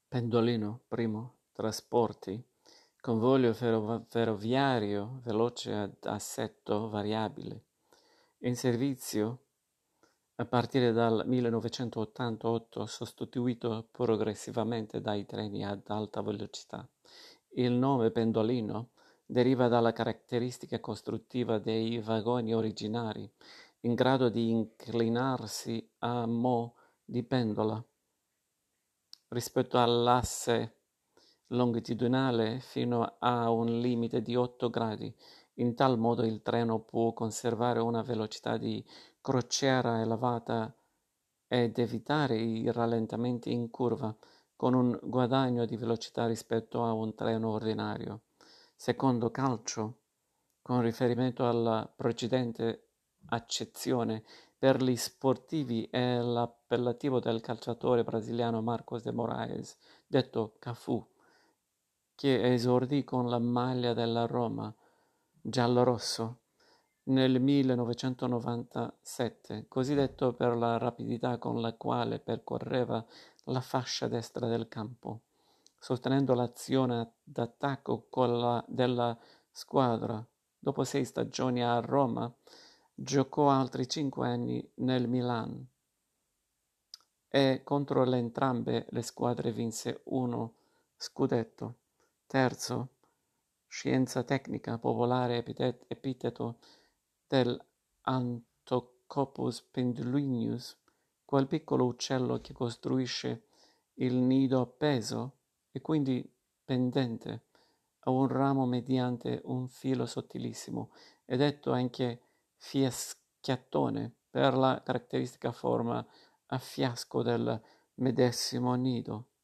Pendolino, primo, trasporti, convoglio ferroviario veloce ad assetto variabile, in servizio a partire dal 1988, sostituito progressivamente dai treni ad alta velocità. Il nome pendolino deriva dalla caratteristica costruttiva dei vagoni originari, in grado di inclinarsi a mo' di pendola rispetto all'asse longitudinale fino a un limite di 8 gradi. In tal modo il treno può conservare una velocità di crociera elevata ed evitare i rallentamenti in curva, con un guadagno di velocità rispetto a un treno ordinario. Secondo Calcio, con riferimento alla precedente accezione, per gli sportivi è l'appellativo del calciatore brasiliano Marcos de Moraes, detto Cafu, che esordì con la maglia della Roma, giallorosso, nel 1997, cosiddetto per la rapidità con la quale percorreva la fascia destra del campo, sostenendo l'azione d'attacco della squadra. Dopo 6 stagioni a Roma, giocò altri 5 anni nel Milan e contro entrambe le squadre vinse uno scudetto. Terzo, scienza tecnica popolare epiteto del Anthocopus pendulinus, quel piccolo uccello che costruisce il nido appeso e quindi pendente a un ramo mediante un filo sottilissimo, è detto anche fiaschiattone per la caratteristica forma a fiasco del medesimo nido.